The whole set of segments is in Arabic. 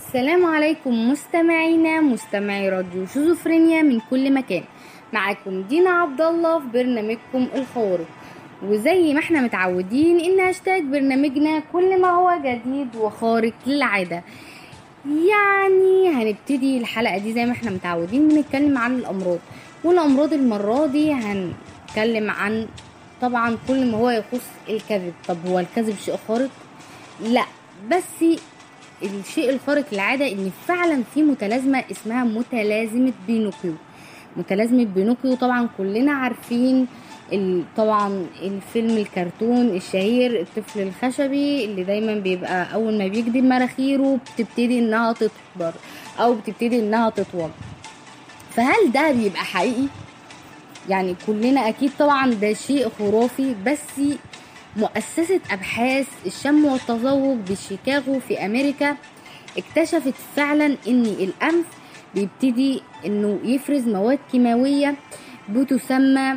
السلام عليكم مستمعينا مستمعي راديو شيزوفرينيا من كل مكان. معاكم دينا عبد الله في برنامجكم الخوارق، وزي ما احنا متعودين ان هاشتاج برنامجنا كل ما هو جديد وخارق للعادة. يعني هنبتدي الحلقة دي زي ما احنا متعودين بنتكلم عن الامراض، والامراض المرة دي هنتكلم عن طبعا كل ما هو يخص الكذب. طب هو الكذب شيء خارق؟ لا، بس الشيء الخارق للعادة ان فعلا في متلازمة اسمها متلازمة بينوكيو. متلازمة بينوكيو طبعا كلنا عارفين، طبعا الفيلم الكرتون الشهير الطفل الخشبي اللي دايما بيبقى اول ما بيكدب مناخيره بتبتدي انها تكبر او بتبتدي انها تطول. فهل ده بيبقى حقيقي؟ يعني كلنا اكيد طبعا ده شيء خرافي، بس مؤسسة أبحاث الشم والتذوق بشيكاغو في أمريكا اكتشفت فعلا إن الأنف بيبتدي إنه يفرز مواد كيماوية بتسمى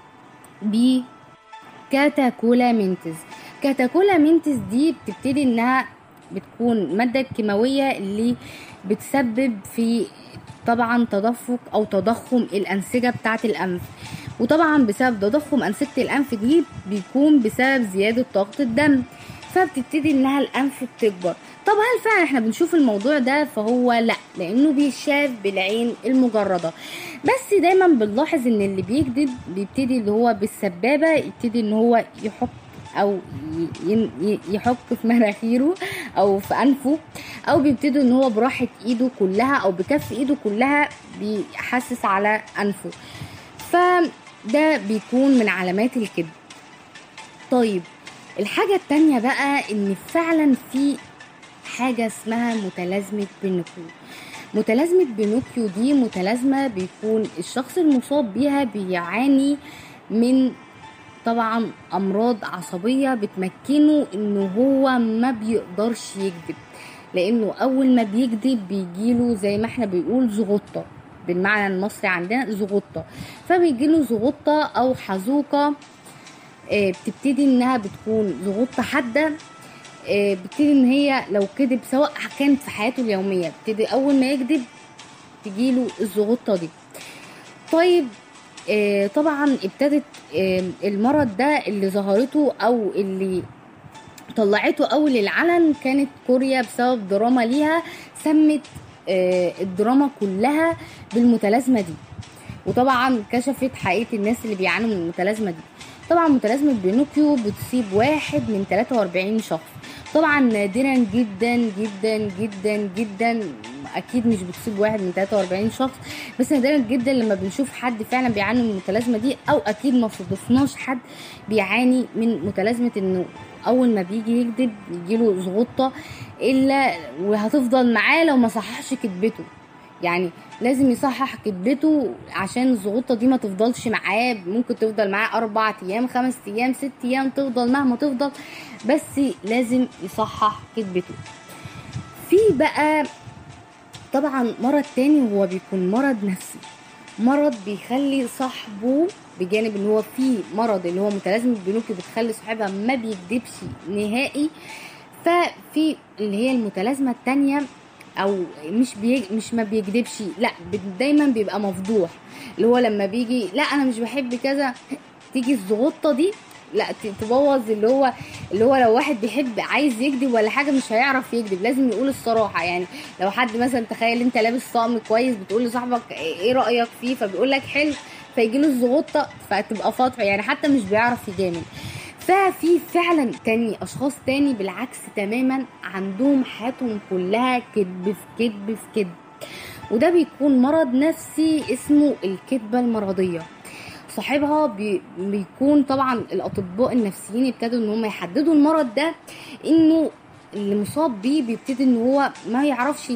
بكاتاكولامينتز. كاتاكولامينتز دي بتبتدي إنها بتكون مادة كيماوية اللي بتسبب في طبعا تدفق او تضخم الانسجه بتاعه الانف، وطبعا بسبب تضخم انسجه الانف دي بيكون بسبب زياده ضغط الدم، فبتبتدي انها الانف بتكبر. طب هل فعلا احنا بنشوف الموضوع ده؟ فهو لا، لانه بيشاف بالعين المجرده. بس دايما بنلاحظ ان اللي بيكذب بيبتدي اللي هو بالسبابه يبتدي ان هو يحك او يحك في مناخيره او في انفه، او بيبتدوا ان هو براحة ايده كلها او بكف ايده كلها بيحسس على انفه، فده بيكون من علامات الكذب. طيب الحاجة التانية بقى ان فعلا في حاجة اسمها متلازمة بينوكيو. متلازمة بينوكيو دي متلازمة بيكون الشخص المصاب بيها بيعاني من طبعا امراض عصبية بتمكنه انه هو ما بيقدرش يكذب، لانه اول ما بيكذب بيجيله زي ما احنا بيقول زغطة، بالمعنى المصري عندنا زغطة، فبيجيله زغطة او حزوقة. بتبتدي انها بتكون زغطة حادة. بتبتدي ان هي لو كذب سواء كانت في حياته اليومية بتبتدي اول ما يكذب تجيله الزغطة دي. طيب طبعا ابتدت المرض ده اللي ظهرته او اللي طلعته اول للعلن كانت كوريا بسبب دراما ليها سمت الدراما كلها بالمتلازمة دي، وطبعا كشفت حقيقة الناس اللي بيعانوا من المتلازمة دي. طبعا متلازمة بينوكيو بتصيب 1 من 43 شخص، طبعا نادرا جدا جدا جدا جدا، اكيد مش بتصيب 1 من 43 شخص، بس نادرا جدا لما بنشوف حد فعلا بيعاني من المتلازمة دي، او اكيد ما صادفناش حد بيعاني من متلازمة انه اول ما بيجي يكذب يجيله زغطة، الا وهتفضل معاه لو ما صححش كذبته. يعني لازم يصحح كذبته عشان الزغطة دي ما تفضلش معاه، ممكن تفضل معاه 4 ايام 5 ايام 6 ايام، تفضل مهما تفضل، بس لازم يصحح كذبته. في بقى طبعا مرض تاني هو بيكون مرض نفسي، مرض بيخلي صاحبه بجانب ان هو في مرض اللي هو متلازمة بينوكيو بتخلي صاحبها ما بيكذبش نهائي، ففي اللي هي المتلازمة التانية او مش ما بيكذبش، لا دايما بيبقى مفضوح، اللي هو لما بيجي لا انا مش بحب كذا تيجي الزغطة دي لا تبوظ اللي هو لو واحد بيحب عايز يكذب ولا حاجه مش هيعرف يكذب، لازم يقول الصراحه. يعني لو حد مثلا تخيل انت لابس طقم كويس بتقول لصاحبك ايه رايك فيه فبيقول لك حلو، فيجيله الزغطه فتبقى فاضحه، يعني حتى مش بيعرف يجامل. ففي فعلا تاني اشخاص تاني بالعكس تماما عندهم حياتهم كلها كذب في كذب في كذب، وده بيكون مرض نفسي اسمه الكذبه المرضيه. صاحبها بيكون طبعا الاطباء النفسيين ابتدوا ان هم يحددوا المرض ده انه اللي مصاب بيه بيبتدي ان هو ما يعرفش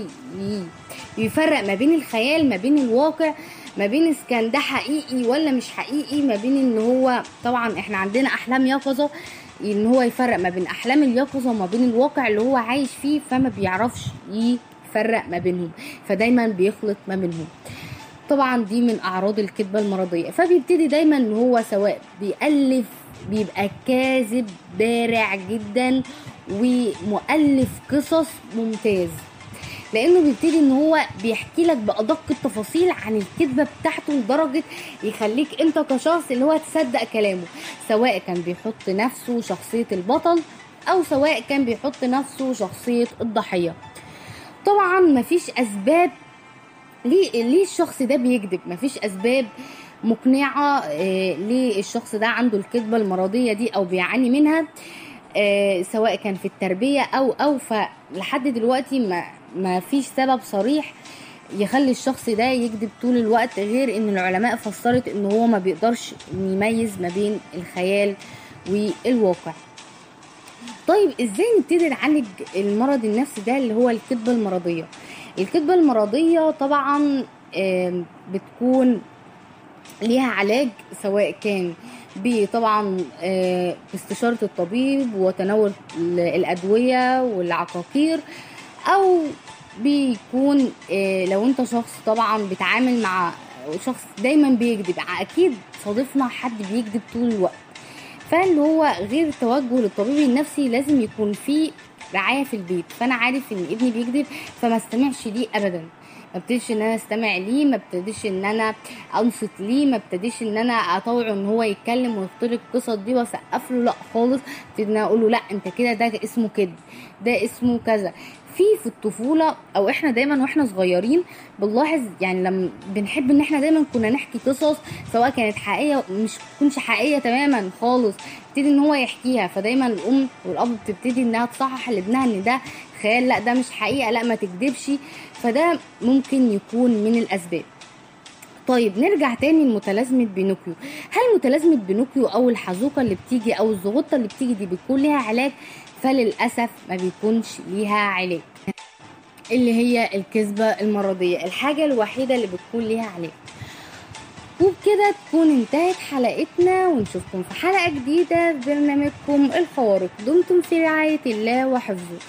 يفرق ما بين الخيال ما بين الواقع، ما بين اذا كان ده حقيقي ولا مش حقيقي، ما بين ان هو طبعا احنا عندنا احلام يقظه، ان هو يفرق ما بين احلام اليقظه وما بين الواقع اللي هو عايش فيه، فما بيعرفش يفرق ما بينهم، فدايما بيخلط ما بينهم. طبعا دي من اعراض الكذبه المرضيه. فبيبتدي دايما ان هو سواء بيألف بيبقى كاذب بارع جدا ومؤلف قصص ممتاز، لانه بيبتدي ان هو بيحكي لك بادق التفاصيل عن الكذبه بتاعته لدرجه يخليك انت كشخص اللي هو تصدق كلامه، سواء كان بيحط نفسه شخصيه البطل او سواء كان بيحط نفسه شخصيه الضحيه. طبعا مفيش اسباب ليه الشخص ده بيكذب، مفيش اسباب مقنعه ليه الشخص ده عنده الكذبه المرضيه دي او بيعاني منها، سواء كان في التربيه او فلحد دلوقتي ما فيش سبب صريح يخلي الشخص ده يكذب طول الوقت، غير ان العلماء فسرت ان هو ما بيقدرش يميز ما بين الخيال والواقع. طيب ازاي نبتدي نعالج المرض النفسي ده اللي هو الكذبه المرضيه؟ الكذبه المرضيه طبعا بتكون ليها علاج، سواء كان طبعا باستشارة الطبيب وتناول الأدوية والعقاقير، أو بيكون لو انت شخص طبعا بتعامل مع شخص دايما بيكذب، اكيد صادفنا حد بيكذب طول الوقت، فاللي هو غير التوجه للطبيب النفسي لازم يكون في رعاية في البيت. فانا عارف ان ابني بيكذب فما استمعش ليه ابدا، ما ابتديش ان انا استمع ليه، ما ابتديش ان انا انصت ليه، ما ابتديش ان انا اطوعه ان هو يتكلم ويختار القصص دي واسقف له، لا خالص. ابتدي ان انا اقول له لا انت كده ده اسمه كذب، ده اسمه كذا. في الطفوله او احنا دايما واحنا صغيرين بنلاحظ يعني لما بنحب ان احنا دايما كنا نحكي قصص سواء كانت حقيقيه مش تكونش حقيقيه تماما خالص، ابتدي ان هو يحكيها، فدايما الام والاب بتبتدي انها تصحح لابنها ان ده خيال، لا ده مش حقيقه، لا ما تكذبش، فده ممكن يكون من الاسباب. طيب نرجع تاني لمتلازمة بينوكيو. هل متلازمة بينوكيو او الحزوقة اللي بتيجي او الزغطة اللي بتيجي دي بيكون ليها علاج؟ فللأسف ما بيكونش ليها علاج، اللي هي الكذبة المرضية الحاجة الوحيدة اللي بتكون ليها علاج. وبكده تكون انتهت حلقتنا، ونشوفكم في حلقة جديدة في برنامجكم الخوارق. دمتم في رعاية الله وحفظه.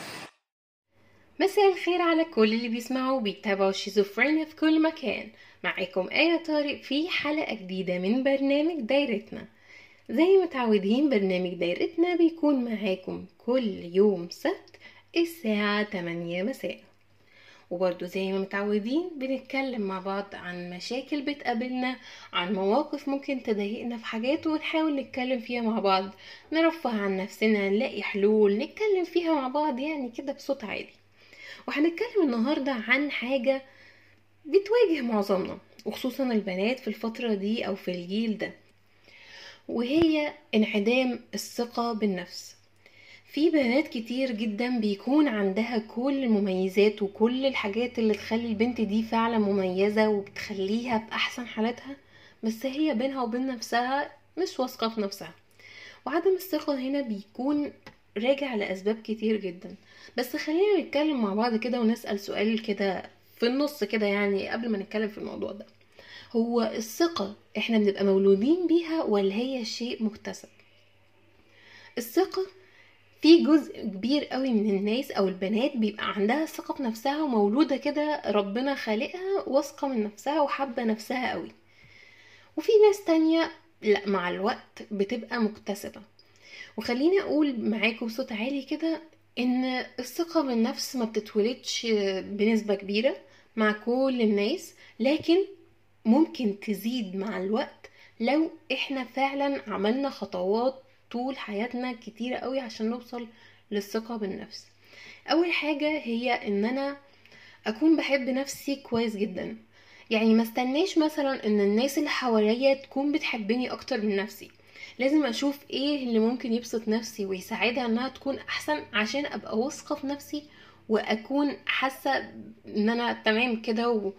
مساء الخير على كل اللي بيسمعوا وبيتابعوا شيزوفرينيا في كل مكان. معاكم آية طارق في حلقة جديدة من برنامج دايرتنا. زي ما متعودين برنامج دايرتنا بيكون معاكم كل يوم سبت الساعة 8 مساء، وبرضو زي ما متعودين بنتكلم مع بعض عن مشاكل بتقابلنا، عن مواقف ممكن تضايقنا في حاجات ونحاول نتكلم فيها مع بعض، نرفه عن نفسنا، نلاقي حلول نتكلم فيها مع بعض يعني كده بصوت عالي. وهنتكلم النهاردة عن حاجة بتواجه معظمنا وخصوصا البنات في الفترة دي أو في الجيل ده، وهي انعدام الثقة بالنفس. في بنات كتير جدا بيكون عندها كل المميزات وكل الحاجات اللي تخلي البنت دي فعلا مميزة وبتخليها بأحسن حالاتها، بس هي بينها وبين نفسها مش واثقة في نفسها. وعدم الثقة هنا بيكون راجع لأسباب كتير جدا، بس خلينا نتكلم مع بعض كده ونسأل سؤال كده في النص كده يعني قبل ما نتكلم في الموضوع ده. هو الثقة احنا بنبقى مولودين بيها ولا هي شيء مكتسب؟ الثقة في جزء كبير قوي من الناس او البنات بيبقى عندها ثقة في نفسها ومولودة كده، ربنا خالقها واثقة من نفسها وحابة نفسها قوي. وفي ناس تانية لا، مع الوقت بتبقى مكتسبة. وخليني اقول معاكم بصوت عالي كده ان الثقة بالنفس ما بتتولدش بنسبة كبيرة مع كل الناس، لكن ممكن تزيد مع الوقت لو احنا فعلا عملنا خطوات طول حياتنا كتيرة قوي عشان نوصل للثقة بالنفس. اول حاجة هي ان انا اكون بحب نفسي كويس جدا، يعني ما استناش مثلا ان الناس اللي حواليا تكون بتحبني اكتر من نفسي. لازم اشوف ايه اللي ممكن يبسط نفسي ويساعدها انها تكون احسن عشان ابقى واثقة في نفسي واكون حاسة ان انا تمام كده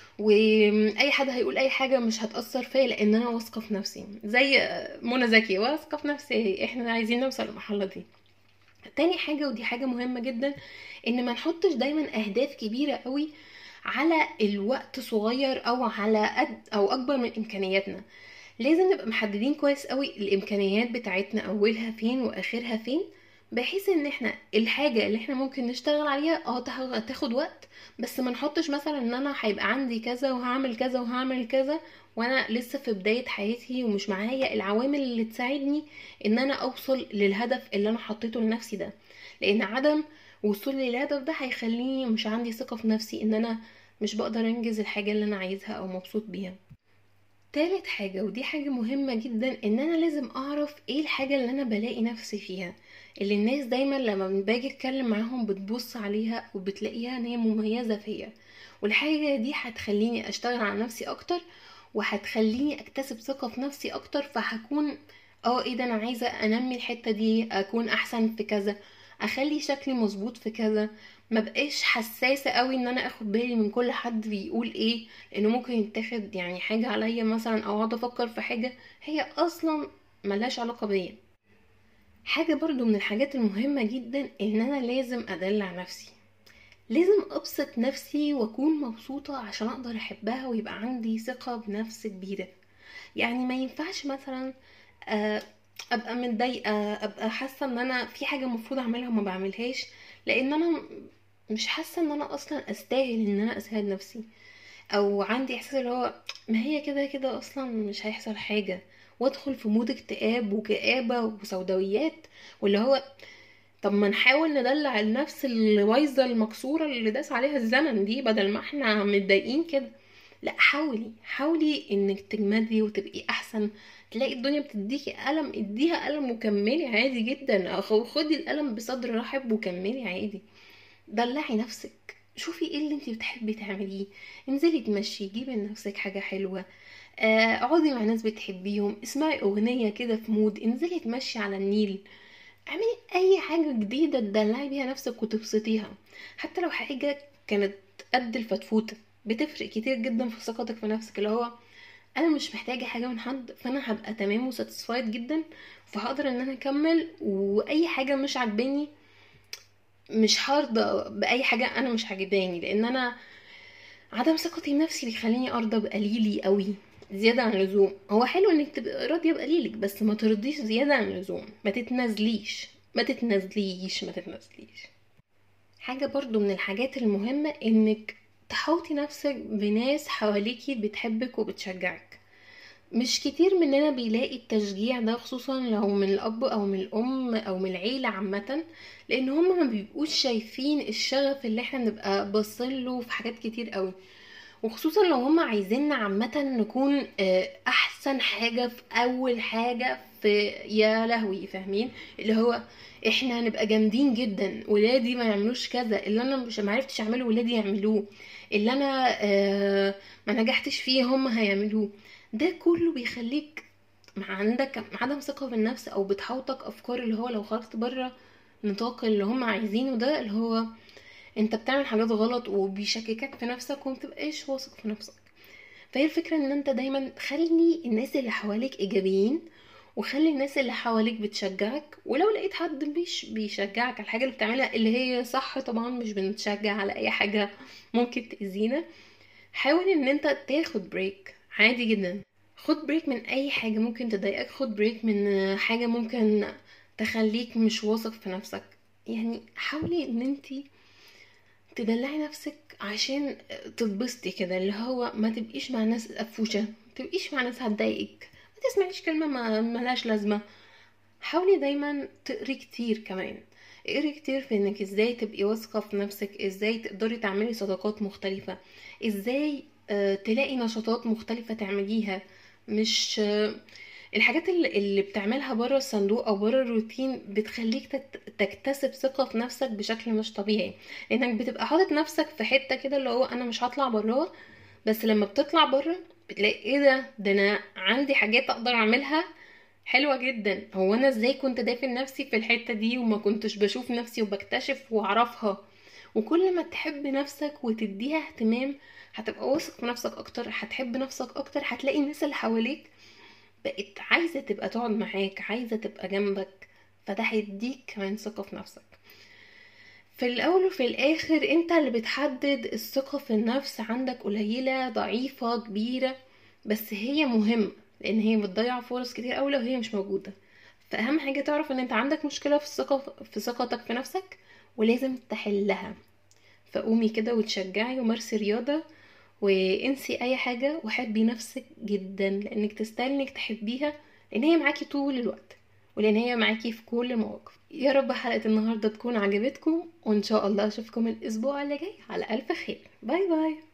واي حد هيقول اي حاجة مش هتأثر فيا لان انا واثقة في نفسي. زي منى زكي واثقة في نفسي، احنا عايزين نوصل للمرحلة دي. تاني حاجة ودي حاجة مهمة جدا، ان ما نحطش دايما اهداف كبيرة قوي على الوقت صغير او على قد او اكبر من امكانياتنا. لازم نبقى محددين كويس قوي الامكانيات بتاعتنا اولها فين واخرها فين، بحيث ان احنا الحاجة اللي احنا ممكن نشتغل عليها تاخد وقت، بس ما نحطش مثلا ان انا هيبقى عندي كذا وهعمل كذا وهعمل كذا وانا لسه في بداية حياتي ومش معايا العوامل اللي تساعدني ان انا اوصل للهدف اللي انا حطيته لنفسي ده. لان عدم وصولي للهدف ده هيخليني مش عندي ثقة في نفسي ان انا مش بقدر انجز الحاجة اللي انا عايزها او مبسوط بيها. تالت حاجة، ودي حاجة مهمة جدا، ان انا لازم اعرف ايه الحاجة اللي انا بلاقي نفسي فيها، اللي الناس دايما لما باجي اتكلم معاهم بتبص عليها وبتلاقيها ان هي مميزة فيا، والحاجة دي هتخليني اشتغل على نفسي اكتر، وهتخليني اكتسب ثقة في نفسي اكتر، فهكون ايه ده، انا عايزة انمي الحتة دي، اكون احسن في كذا، اخلي شكلي مظبوط في كذا. ما بقاش حساسة قوي ان انا اخد بالي من كل حد بيقول ايه، لانه ممكن يتاخد يعني حاجة عليا مثلا، او اقعد افكر في حاجة هي اصلا ملهاش علاقة بيا. حاجة برضو من الحاجات المهمة جدا ان انا لازم ادلع نفسي، لازم ابسط نفسي واكون مبسوطة عشان اقدر احبها ويبقى عندي ثقة بنفس كبيرة. يعني ما ينفعش مثلا آه، ابقى متضايقة، ابقى حاسة ان انا في حاجة المفروض اعملها وما بعملهاش، لان انا مش حاسة ان انا اصلا استاهل ان انا اساعد نفسي، او عندي احساس اللي هو ما هي كده كده اصلا مش هيحصل حاجة، وادخل في مود اكتئاب وكآبة وسوداويات، واللي هو طب ما نحاول ندلع النفس الوايظة المكسورة اللي داس عليها الزمن دي، بدل ما احنا متضايقين كده. لا، حاولي انك تجمدي وتبقي احسن. تلاقي الدنيا بتديكي ألم، اديها ألم وكملي عادي جدا، خدي الألم بصدر رحب وكملي عادي. دلعي نفسك، شوفي ايه اللي انتي بتحبي تعمليه، انزلي تمشي، جيبي لنفسك حاجة حلوة، اقعدي مع ناس بتحبيهم، اسمعي اغنية كده في مود، انزلي تمشي على النيل، اعملي اي حاجة جديدة تدلعي بيها نفسك وتبسطيها. حتى لو حاجة كانت قد الفتفوتة، بتفرق كتير جدا في ثقتك في نفسك، اللي هو انا مش محتاجة حاجة من حد، فانا هبقى تمام وساتسفايد جدا، فهقدر ان انا اكمل، واي حاجة مش عجباني مش هرضى باي حاجة انا مش عجباني، لان انا عدم ثقتي بنفسي بيخليني ارضى بقليلي قوي زيادة عن اللزوم. هو حلو انك تبقى راضية بقليلك، بس ما ترضيش زيادة عن اللزوم، ما تتنزليش. حاجة برضو من الحاجات المهمة انك تحوطي نفسك بناس حواليكي بتحبك وبتشجعك. مش كتير مننا بيلاقي التشجيع ده، خصوصا لو من الاب او من الام او من العيلة عامة، لان هم ما بيبقوش شايفين الشغف اللي احنا بنبقى باصينله في حاجات كتير قوي، وخصوصا لو هم عايزيننا عامة نكون احسن حاجة في اول حاجة في، يا لهوي فاهمين، اللي هو احنا هنبقى جامدين جدا، ولادي ما يعملوش كذا، اللي انا مش معرفتش اعمله ولادي يعملوه، اللي انا ما نجحتش فيه هم هيعملوه. ده كله بيخليك عندك عدم ثقة بالنفس، او بتحوطك افكار اللي هو لو خرجت بره نطاق اللي هم عايزينه ده، اللي هو انت بتعمل حاجات غلط، وبيشككك في نفسك ومتبقاش واثق في نفسك. فهي الفكرة ان انت دايما تخلي الناس اللي حواليك ايجابيين، وخلي الناس اللي حواليك بتشجعك، ولو لقيت حد مش بيشجعك على الحاجة اللي بتعملها اللي هي صح، طبعا مش بنتشجع على اي حاجة ممكن تأذينا، حاول ان انت تاخد بريك عادي جدا. خد بريك من اي حاجة ممكن تضايقك، خد بريك من حاجة ممكن تخليك مش واثق في نفسك. يعني حاولي ان انتي تدلعي نفسك عشان تتبسطي كده، اللي هو ما تبقيش مع ناس قفوشة، ما تبقيش مع ناس هتضايقك، ما تسمعيش كلمة ما ملهاش لازمة. حاولي دايما تقري كتير كمان، اقري كتير في انك ازاي تبقي واثقة في نفسك، ازاي تقدري تعملي صداقات مختلفة، ازاي تلاقي نشاطات مختلفة تعمليها، مش الحاجات اللي بتعملها بره الصندوق او بره الروتين بتخليك تكتسب ثقة في نفسك بشكل مش طبيعي، لانك بتبقى حاطط نفسك في حتة كده اللي هو انا مش هطلع براه، بس لما بتطلع بره بتلاقي ايه ده انا عندي حاجات اقدر اعملها حلوة جدا. هو انا ازاي كنت دافن نفسي في الحتة دي وما كنتش بشوف نفسي وبكتشف واعرفها. وكل ما تحب نفسك وتديها اهتمام هتبقى واثق في نفسك اكتر، هتحب نفسك اكتر، هتلاقي الناس اللي حواليك بقت عايزة تبقى تقعد معاك، عايزة تبقى جنبك، فده هيديك كمان ثقة في نفسك. في الاول وفي الاخر انت اللي بتحدد الثقة في النفس عندك قليلة ضعيفة كبيرة، بس هي مهمة، لان هي بتضيع فرص كتير اوي لو هي مش موجودة. فاهم حاجة، تعرف ان انت عندك مشكلة في ثقتك في نفسك ولازم تحلها. فقومي كده وتشجعي ومارسي رياضة، وانسي اي حاجة، وحبي نفسك جدا، لانك تستاهلي انك تحبيها، لان هي معاكي طول الوقت. ولان هي معاكي في كل المواقف. يا رب حلقة النهاردة تكون عجبتكم، وان شاء الله اشوفكم الاسبوع اللي جاي على الف خير. باي باي.